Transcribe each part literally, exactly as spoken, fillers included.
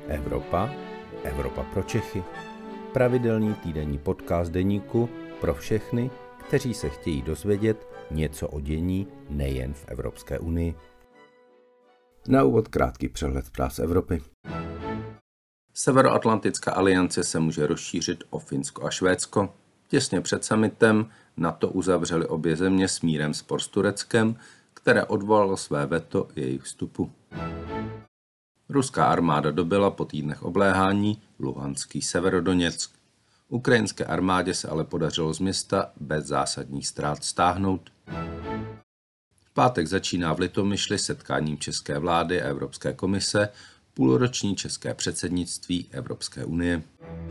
Evropa, Evropa pro Čechy. Pravidelný týdenní podcast deníku pro všechny, kteří se chtějí dozvědět něco o dění nejen v Evropské unii. Na úvod krátký přehled zpráv z Evropy. Severoatlantická aliance se může rozšířit o Finsko a Švédsko. Těsně před summitem NATO uzavřely obě země s mírem spor s Tureckem, které odvolalo své veto jejich vstupu. Ruská armáda dobyla po týdnech obléhání luhanský Severodoněck. Ukrajinské armádě se ale podařilo z města bez zásadních ztrát stáhnout. V pátek začíná v Litomyšli setkáním české vlády a Evropské komise půlroční české předsednictví Evropské unie.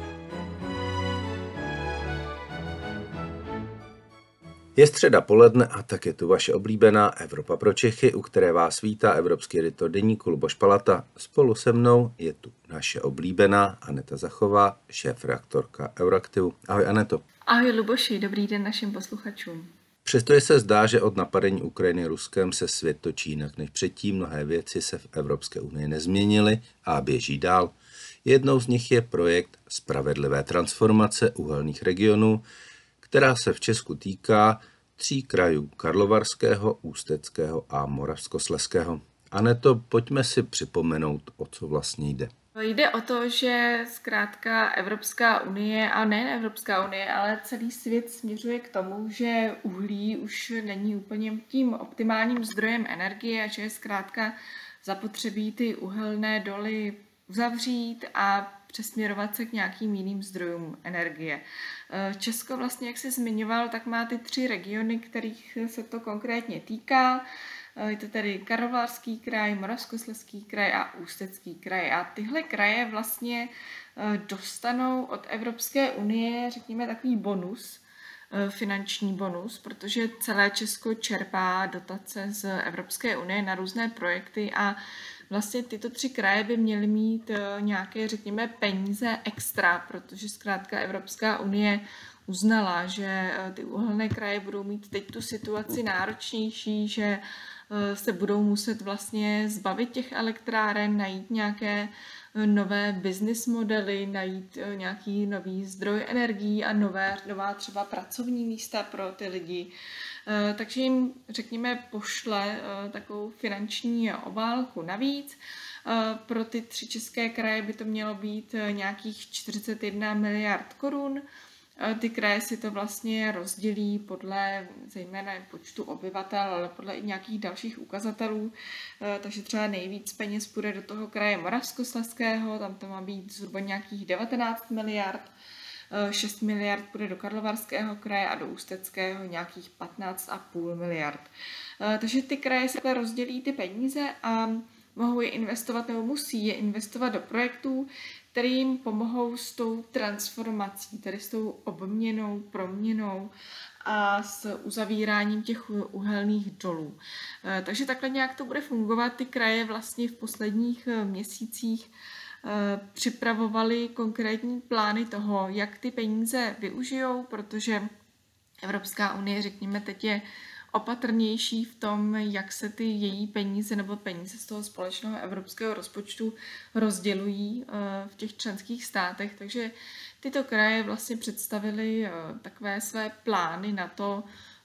Je středa poledne a tak je tu vaše oblíbená Evropa pro Čechy, u které vás vítá evropský editor deníku Luboš Palata. Spolu se mnou je tu naše oblíbená Aneta Zachová, šéfredaktorka Euraktivu. Ahoj Aneto. Ahoj Luboši, dobrý den našim posluchačům. Přestože se zdá, že od napadení Ukrajiny Ruskem se svět točí jinak než předtím, mnohé věci se v Evropské unii nezměnily a běží dál. Jednou z nich je projekt spravedlivé transformace uhelných regionů, která se v Česku týká tří krajů Karlovarského, Ústeckého a Moravskoslezského. Aneto, pojďme si připomenout, o co vlastně jde. Jde o to, že zkrátka Evropská unie, a nejen Evropská unie, ale celý svět směřuje k tomu, že uhlí už není úplně tím optimálním zdrojem energie a že je zkrátka zapotřebí ty uhelné doly uzavřít a přesměrovat se k nějakým jiným zdrojům energie. Česko vlastně, jak jsi zmiňoval, tak má ty tři regiony, kterých se to konkrétně týká. Je to tedy Karlovarský kraj, Moravskoslezský kraj a Ústecký kraj. A tyhle kraje vlastně dostanou od Evropské unie, řekněme, takový bonus, finanční bonus, protože celé Česko čerpá dotace z Evropské unie na různé projekty a vlastně tyto tři kraje by měly mít nějaké, řekněme, peníze extra, protože zkrátka Evropská unie uznala, že ty uhelné kraje budou mít teď tu situaci náročnější, že se budou muset vlastně zbavit těch elektráren, najít nějaké nové business modely, najít nějaký nový zdroj energií a nové, nová třeba pracovní místa pro ty lidi. Takže jim, řekněme, pošle takovou finanční obálku navíc. Pro ty tři české kraje by to mělo být nějakých čtyřicet jedna miliard korun. Ty kraje si to vlastně rozdělí podle zejména počtu obyvatel, ale podle i nějakých dalších ukazatelů. Takže třeba nejvíc peněz půjde do toho kraje Moravskoslezského, tam to má být zhruba nějakých devatenáct miliard, šest miliard půjde do Karlovarského kraje a do Ústeckého nějakých patnáct a půl miliard. Takže ty kraje se rozdělí ty peníze a mohou je investovat nebo musí je investovat do projektů, které jim pomohou s tou transformací, tedy s tou obměnou, proměnou a s uzavíráním těch uhelných dolů. Takže takhle nějak to bude fungovat. Ty kraje vlastně v posledních měsících připravovaly konkrétní plány toho, jak ty peníze využijou, protože Evropská unie, řekněme, teď je opatrnější v tom, jak se ty její peníze nebo peníze z toho společného evropského rozpočtu rozdělují v těch členských státech. Takže tyto kraje vlastně představily takové své plány na to,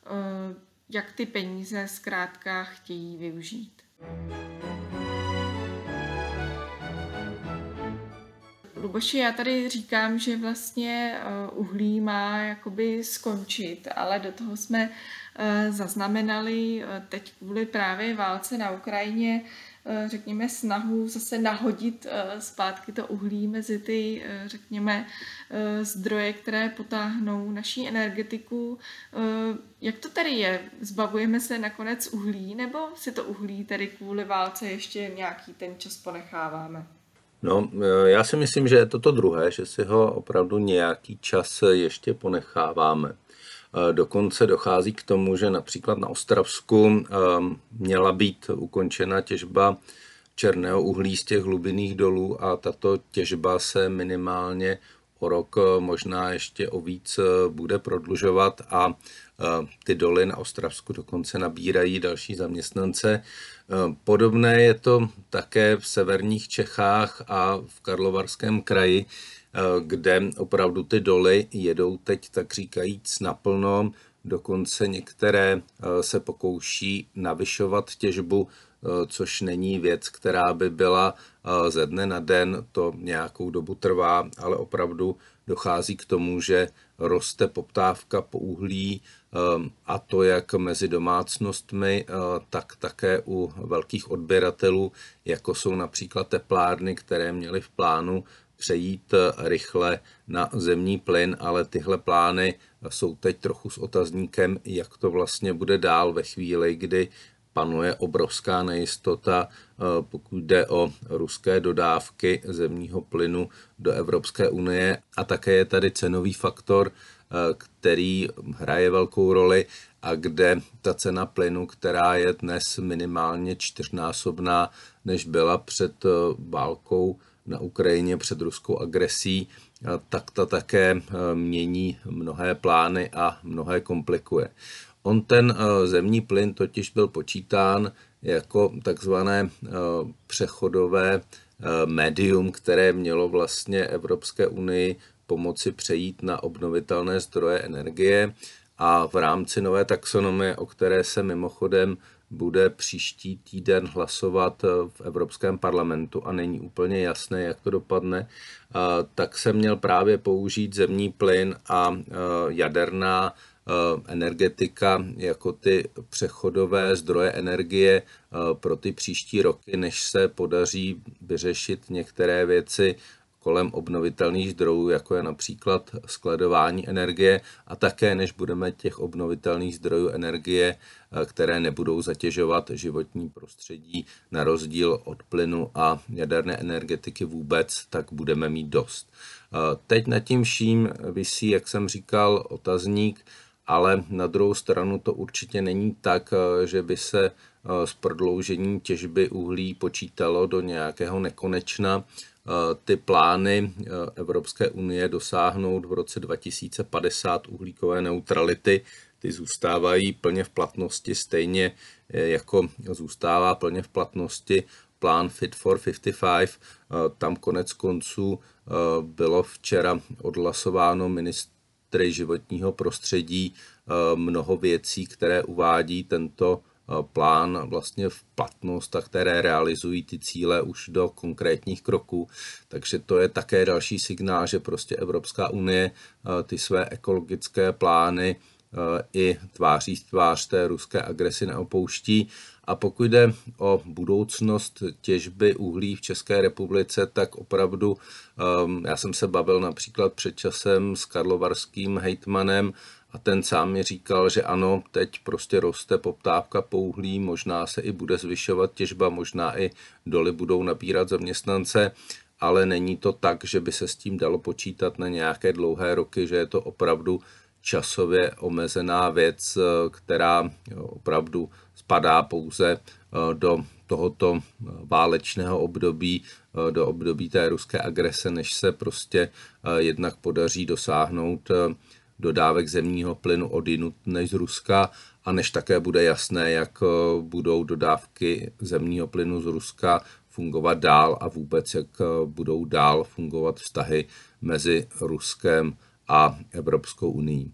jak ty peníze zkrátka chtějí využít. Luboši, já tady říkám, že vlastně uhlí má jakoby skončit, ale do toho jsme zaznamenali teď kvůli právě válce na Ukrajině, řekněme, snahu zase nahodit zpátky to uhlí mezi ty, řekněme, zdroje, které potáhnou naší energetiku. Jak to tady je? Zbavujeme se nakonec uhlí, nebo si to uhlí tady kvůli válce ještě nějaký ten čas ponecháváme? No, já si myslím, že je to to druhé, že si ho opravdu nějaký čas ještě ponecháváme. Dokonce dochází k tomu, že například na Ostravsku měla být ukončena těžba černého uhlí z těch hlubinných dolů a tato těžba se minimálně o rok, možná ještě o víc bude prodlužovat a Ty doly na Ostravsku dokonce nabírají další zaměstnance. Podobné je to také v severních Čechách a v Karlovarském kraji, kde opravdu ty doly jedou teď tak říkajíc naplno. Dokonce některé se pokouší navyšovat těžbu, což není věc, která by byla ze dne na den, to nějakou dobu trvá, ale opravdu dochází k tomu, že roste poptávka po uhlí, a to jak mezi domácnostmi, tak také u velkých odběratelů, jako jsou například teplárny, které měly v plánu přejít rychle na zemní plyn, ale tyhle plány jsou teď trochu s otazníkem, jak to vlastně bude dál ve chvíli, kdy panuje obrovská nejistota, pokud jde o ruské dodávky zemního plynu do Evropské unie. A také je tady cenový faktor, který hraje velkou roli a kde ta cena plynu, která je dnes minimálně čtyřnásobná, než byla před válkou na Ukrajině, před ruskou agresí, tak ta také mění mnohé plány a mnohé komplikuje. On ten zemní plyn totiž byl počítán jako takzvané přechodové médium, které mělo vlastně Evropské unii pomoci přejít na obnovitelné zdroje energie, a v rámci nové taxonomie, o které se mimochodem bude příští týden hlasovat v Evropském parlamentu a není úplně jasné, jak to dopadne, tak se měl právě použít zemní plyn a jaderná energetika jako ty přechodové zdroje energie pro ty příští roky, než se podaří vyřešit některé věci kolem obnovitelných zdrojů, jako je například skladování energie, a také než budeme těch obnovitelných zdrojů energie, které nebudou zatěžovat životní prostředí, na rozdíl od plynu a jaderné energetiky vůbec, tak budeme mít dost. Teď nad tím vším visí, jak jsem říkal, otazník, ale na druhou stranu to určitě není tak, že by se s prodloužením těžby uhlí počítalo do nějakého nekonečna. Ty plány Evropské unie dosáhnout v roce dva tisíce padesát uhlíkové neutrality, ty zůstávají plně v platnosti, stejně jako zůstává plně v platnosti plán Fit for padesát pět. Tam konec konců bylo včera odhlasováno ministry životního prostředí mnoho věcí, které uvádí tento plán vlastně v platnost a které realizují ty cíle už do konkrétních kroků. Takže to je také další signál, že prostě Evropská unie ty své ekologické plány i tváří v tvář té ruské agresi neopouští. A pokud jde o budoucnost těžby uhlí v České republice, tak opravdu já jsem se bavil například před časem s karlovarským hejtmanem, a ten sám mi říkal, že ano, teď prostě roste poptávka po uhlí, možná se i bude zvyšovat těžba, možná i doly budou nabírat zaměstnance, ale není to tak, že by se s tím dalo počítat na nějaké dlouhé roky, že je to opravdu časově omezená věc, která opravdu spadá pouze do tohoto válečného období, do období té ruské agrese, než se prostě jednak podaří dosáhnout dodávek zemního plynu odjinud než z Ruska, a než také bude jasné, jak budou dodávky zemního plynu z Ruska fungovat dál a vůbec jak budou dál fungovat vztahy mezi Ruskem a Evropskou unií.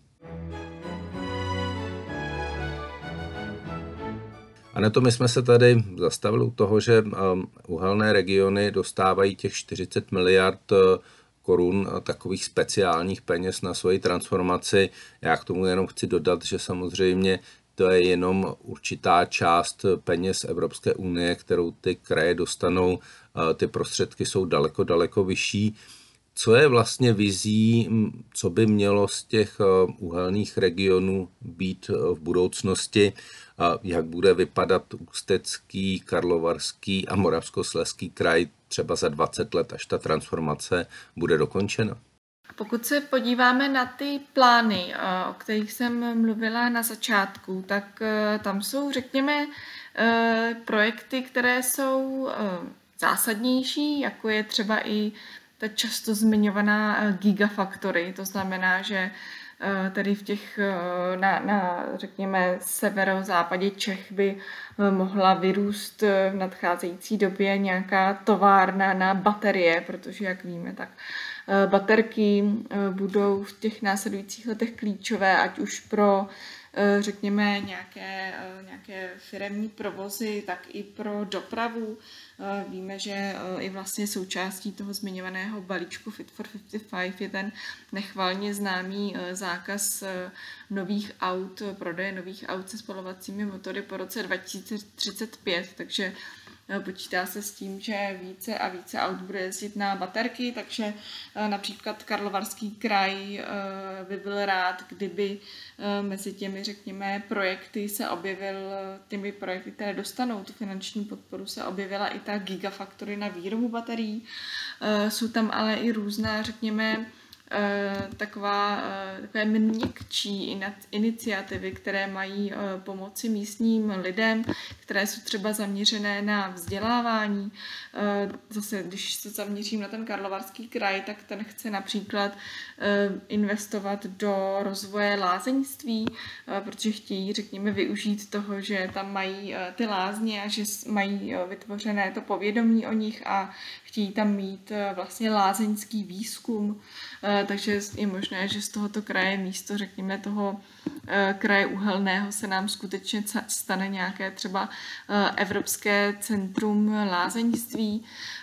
A na to my jsme se tady zastavili u toho, že uhelné regiony dostávají těch čtyřicet miliard korun takových speciálních peněz na svoji transformaci. Já k tomu jenom chci dodat, že samozřejmě to je jenom určitá část peněz Evropské unie, kterou ty kraje dostanou. Ty prostředky jsou daleko, daleko vyšší. Co je vlastně vizí, co by mělo z těch uhelných regionů být v budoucnosti, jak bude vypadat Ústecký, Karlovarský a Moravskoslezský kraj třeba za dvacet let, až ta transformace bude dokončena? Pokud se podíváme na ty plány, o kterých jsem mluvila na začátku, tak tam jsou, řekněme, projekty, které jsou zásadnější, jako je třeba i ta často zmiňovaná gigafactory. To znamená, že tady v těch, na, na řekněme, severozápadě Čech by mohla vyrůst v nadcházející době nějaká továrna na baterie, protože, jak víme, tak baterky budou v těch následujících letech klíčové, ať už pro řekněme nějaké, nějaké firemní provozy, tak i pro dopravu. Víme, že i vlastně součástí toho zmiňovaného balíčku Fit for padesát pět je ten nechvalně známý zákaz nových aut, prodeje nových aut se spalovacími motory po roce dva tisíce třicet pět, takže počítá se s tím, že více a více aut bude jezdit na baterky, takže například Karlovarský kraj by byl rád, kdyby mezi těmi, řekněme, projekty se objevil, těmi projekty, které dostanou tu finanční podporu, se objevila i ta Gigafactory na výrobu baterií. Jsou tam ale i různá, řekněme, taková, takové měkčí iniciativy, které mají pomoci místním lidem, které jsou třeba zaměřené na vzdělávání. Zase, když se zaměřím na ten Karlovarský kraj, tak ten chce například investovat do rozvoje lázeňství, protože chtějí, řekněme, využít toho, že tam mají ty lázně a že mají vytvořené to povědomí o nich a chtějí tam mít vlastně lázeňský výzkum, takže je možné, že z tohoto kraje místo, řekněme, toho kraje uhelného se nám skutečně stane nějaké třeba Evropské centrum lázeňství.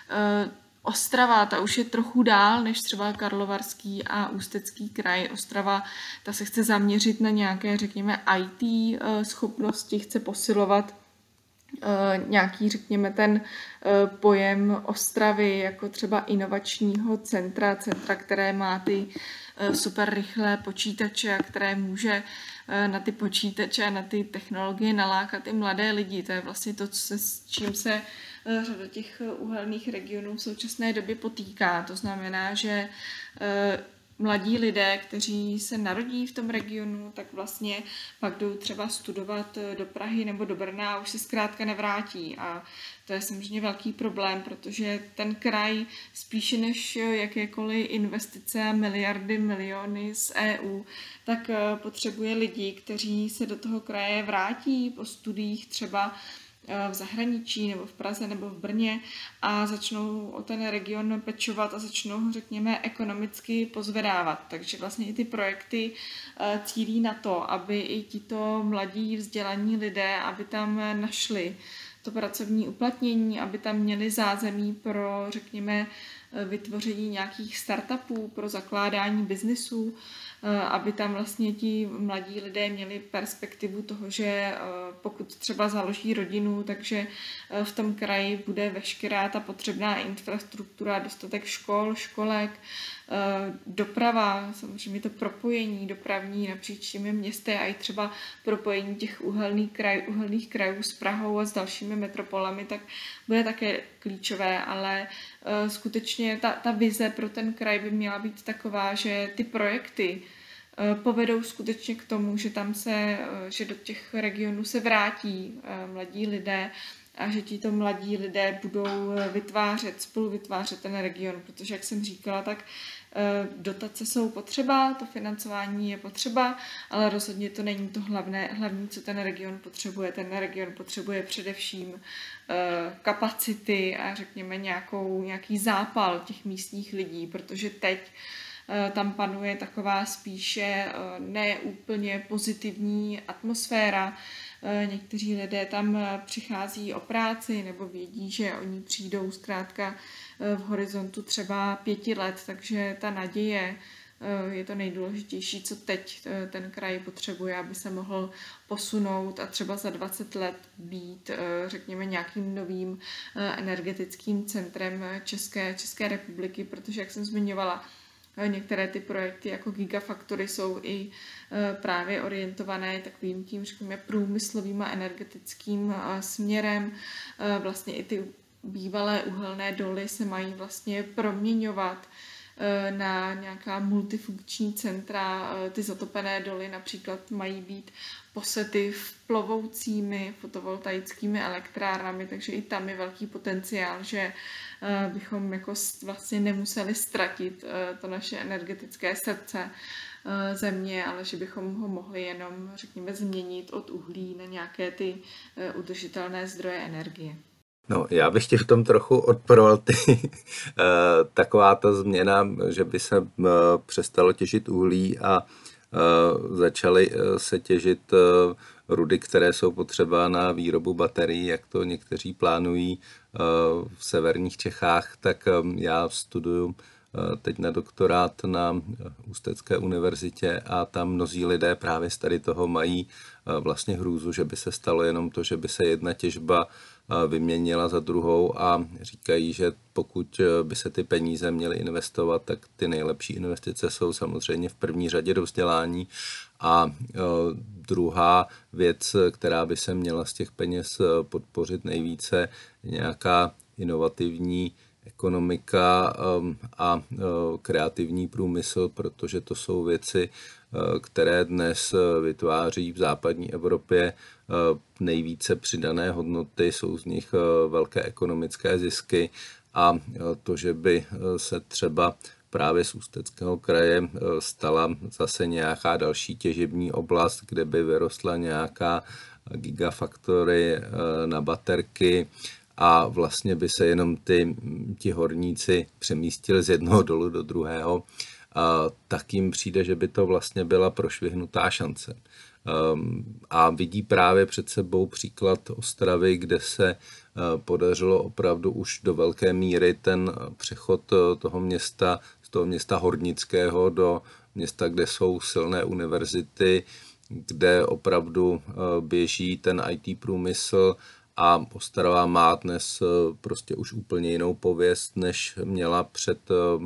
Ostrava, ta už je trochu dál než třeba Karlovarský a Ústecký kraj. Ostrava, ta se chce zaměřit na nějaké, řekněme, í té schopnosti, chce posilovat nějaký, řekněme, ten pojem Ostravy jako třeba inovačního centra, centra, které má ty super rychlé počítače a které může na ty počítače a na ty technologie nalákat i mladé lidi. To je vlastně to, s čím se řada těch uhelných regionů v současné době potýká. To znamená, že mladí lidé, kteří se narodí v tom regionu, tak vlastně pak jdou třeba studovat do Prahy nebo do Brna a už se zkrátka nevrátí. A to je samozřejmě velký problém, protože ten kraj spíše než jakékoliv investice a miliardy, miliony z é ú, tak potřebuje lidi, kteří se do toho kraje vrátí po studiích třeba v zahraničí nebo v Praze nebo v Brně a začnou o ten region pečovat a začnou ho, řekněme, ekonomicky pozvedávat. Takže vlastně i ty projekty cílí na to, aby i tito mladí vzdělaní lidé, aby tam našli to pracovní uplatnění, aby tam měli zázemí pro, řekněme, vytvoření nějakých startupů, pro zakládání biznisů, aby tam vlastně ti mladí lidé měli perspektivu toho, že pokud třeba založí rodinu, takže v tom kraji bude veškerá ta potřebná infrastruktura, dostatek škol, školek, doprava, samozřejmě to propojení dopravní napříč těmi městy a i třeba propojení těch uhelných, kraj, uhelných krajů s Prahou a s dalšími metropolemi, tak bude také klíčové, ale skutečně ta, ta vize pro ten kraj by měla být taková, že ty projekty povedou skutečně k tomu, že tam se, že do těch regionů se vrátí mladí lidé a že tito mladí lidé budou vytvářet, spolu vytvářet ten region, protože, jak jsem říkala, tak dotace jsou potřeba, to financování je potřeba, ale rozhodně to není to hlavné, hlavní, co ten region potřebuje. Ten region potřebuje především kapacity a řekněme nějakou, nějaký zápal těch místních lidí, protože teď tam panuje taková spíše neúplně pozitivní atmosféra. Někteří lidé tam přichází o práci nebo vědí, že oni přijdou zkrátka v horizontu třeba pěti let, takže ta naděje je to nejdůležitější, co teď ten kraj potřebuje, aby se mohl posunout a třeba za dvacet let být, řekněme, nějakým novým energetickým centrem České, České republiky, protože, jak jsem zmiňovala, některé ty projekty jako Gigafactory jsou i právě orientované takovým tím, řekněme, průmyslovým a energetickým směrem. Vlastně i ty bývalé uhelné doly se mají vlastně proměňovat na nějaká multifunkční centra. Ty zatopené doly například mají být posety plovoucími fotovoltaickými elektrárnami, takže i tam je velký potenciál, že bychom jako vlastně nemuseli ztratit to naše energetické srdce země, ale že bychom ho mohli jenom, řekněme, změnit od uhlí na nějaké ty udržitelné zdroje energie. No, já bych ti v tom trochu odporoval ty, taková ta změna, že by se přestalo těžit uhlí a začaly se těžit rudy, které jsou potřeba na výrobu baterií, jak to někteří plánují v severních Čechách, tak já studuju teď na doktorát na Ústecké univerzitě a tam mnozí lidé právě z tady toho mají vlastně hrůzu, že by se stalo jenom to, že by se jedna těžba vyměnila za druhou a říkají, že pokud by se ty peníze měly investovat, tak ty nejlepší investice jsou samozřejmě v první řadě do vzdělání a druhá věc, která by se měla z těch peněz podpořit nejvíce, nějaká inovativní ekonomika a kreativní průmysl, protože to jsou věci, které dnes vytváří v západní Evropě nejvíce přidané hodnoty, jsou z nich velké ekonomické zisky a to, že by se třeba právě z Ústeckého kraje stala zase nějaká další těžební oblast, kde by vyrostla nějaká gigafactory na baterky, a vlastně by se jenom ty, ti horníci přemístili z jednoho dolu do druhého, a tak jim přijde, že by to vlastně byla prošvihnutá šance. A vidí právě před sebou příklad Ostravy, kde se podařilo opravdu už do velké míry ten přechod toho města, z toho města hornického do města, kde jsou silné univerzity, kde opravdu běží ten í té průmysl. A Ostrava má dnes prostě už úplně jinou pověst, než měla před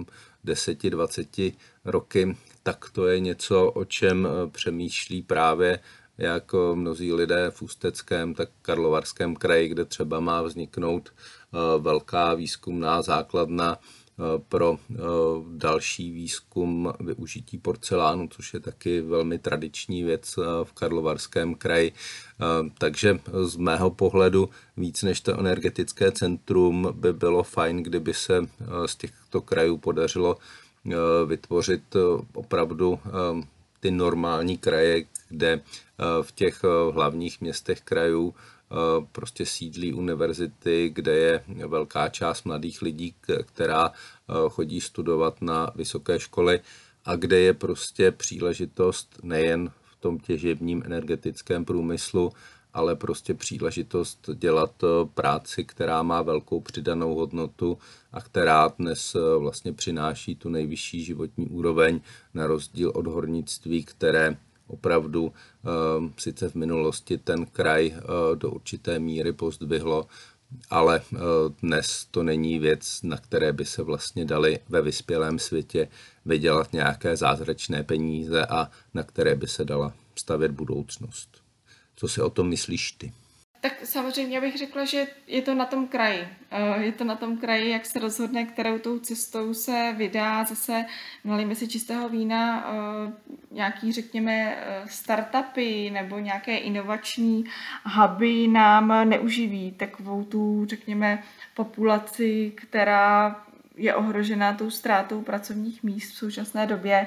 deseti dvaceti roky. Tak to je něco, o čem přemýšlí právě jak mnozí lidé v Ústeckém, tak Karlovarském kraji, kde třeba má vzniknout velká výzkumná základna pro další výzkum využití porcelánu, což je taky velmi tradiční věc v Karlovarském kraji. Takže z mého pohledu víc než to energetické centrum by bylo fajn, kdyby se z těchto krajů podařilo vytvořit opravdu ty normální kraje, kde v těch hlavních městech krajů prostě sídlí univerzity, kde je velká část mladých lidí, která chodí studovat na vysoké školy a kde je prostě příležitost nejen v tom těžebním energetickém průmyslu, ale prostě příležitost dělat práci, která má velkou přidanou hodnotu a která dnes vlastně přináší tu nejvyšší životní úroveň na rozdíl od hornictví, které opravdu sice v minulosti ten kraj do určité míry pozdvihlo, ale dnes to není věc, na které by se vlastně dali ve vyspělém světě vydělat nějaké zázračné peníze a na které by se dala stavět budoucnost. Co si o tom myslíš ty? Tak samozřejmě bych řekla, že je to na tom kraji. Je to na tom kraji, jak se rozhodne, kterou tou cestou se vydá. Zase nalijeme si čistého vína, nějaký, řekněme, startupy nebo nějaké inovační huby nám neuživí takovou tu, řekněme, populaci, která je ohrožená tou ztrátou pracovních míst v současné době.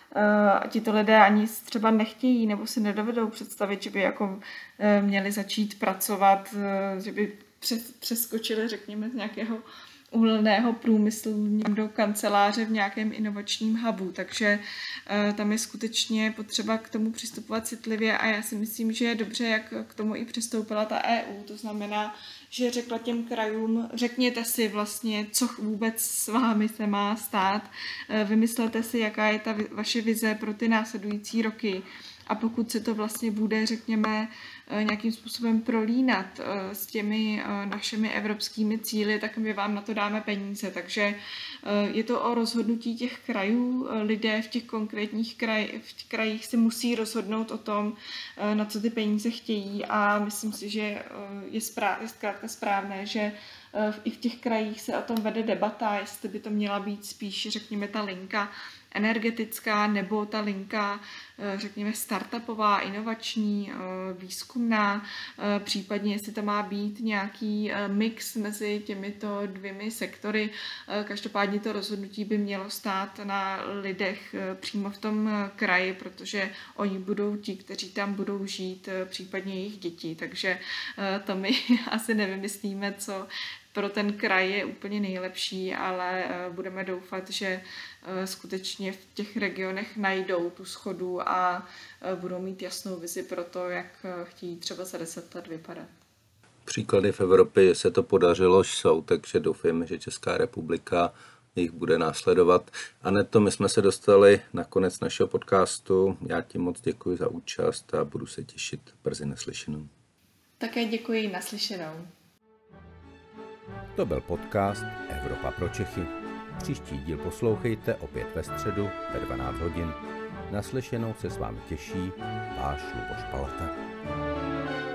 A tito lidé ani třeba nechtějí nebo si nedovedou představit, že by jako měli začít pracovat, že by přeskočili, řekněme, z nějakého uhelného průmyslu do kanceláře v nějakém inovačním hubu. Takže tam je skutečně potřeba k tomu přistupovat citlivě a já si myslím, že je dobře, jak k tomu i přistoupila ta é ú. To znamená, že řekla těm krajům, řekněte si vlastně, co vůbec s vámi se má stát, vymyslete si, jaká je ta vaše vize pro ty následující roky. A pokud se to vlastně bude, řekněme, nějakým způsobem prolínat s těmi našimi evropskými cíli, tak my vám na to dáme peníze. Takže je to o rozhodnutí těch krajů. Lidé v těch konkrétních kraj, v krajích si musí rozhodnout o tom, na co ty peníze chtějí a myslím si, že je, správ, je zkrátka správné, že i v těch krajích se o tom vede debata, jestli by to měla být spíš, řekněme, ta linka energetická nebo ta linka řekněme, startupová, inovační, výzkumná, případně jestli to má být nějaký mix mezi těmito dvěmi sektory. Každopádně to rozhodnutí by mělo stát na lidech přímo v tom kraji, protože oni budou ti, kteří tam budou žít, případně jejich děti. Takže to my asi nevymyslíme, co pro ten kraj je úplně nejlepší, ale budeme doufat, že skutečně v těch regionech najdou tu shodu a budou mít jasnou vizi pro to, jak chtějí třeba za deset let vypadat. Příklady v Evropě se to podařilo, jsou, takže doufujeme, že Česká republika jich bude následovat. Aneto, my jsme se dostali na konec našeho podcastu. Já ti moc děkuji za účast a budu se těšit brzy naslyšenou. Také děkuji, naslyšenou. To byl podcast Evropa pro Čechy. Příští díl poslouchejte opět ve středu ve dvanáct hodin. Naslyšenou se s vámi těší váš Luboš Palata.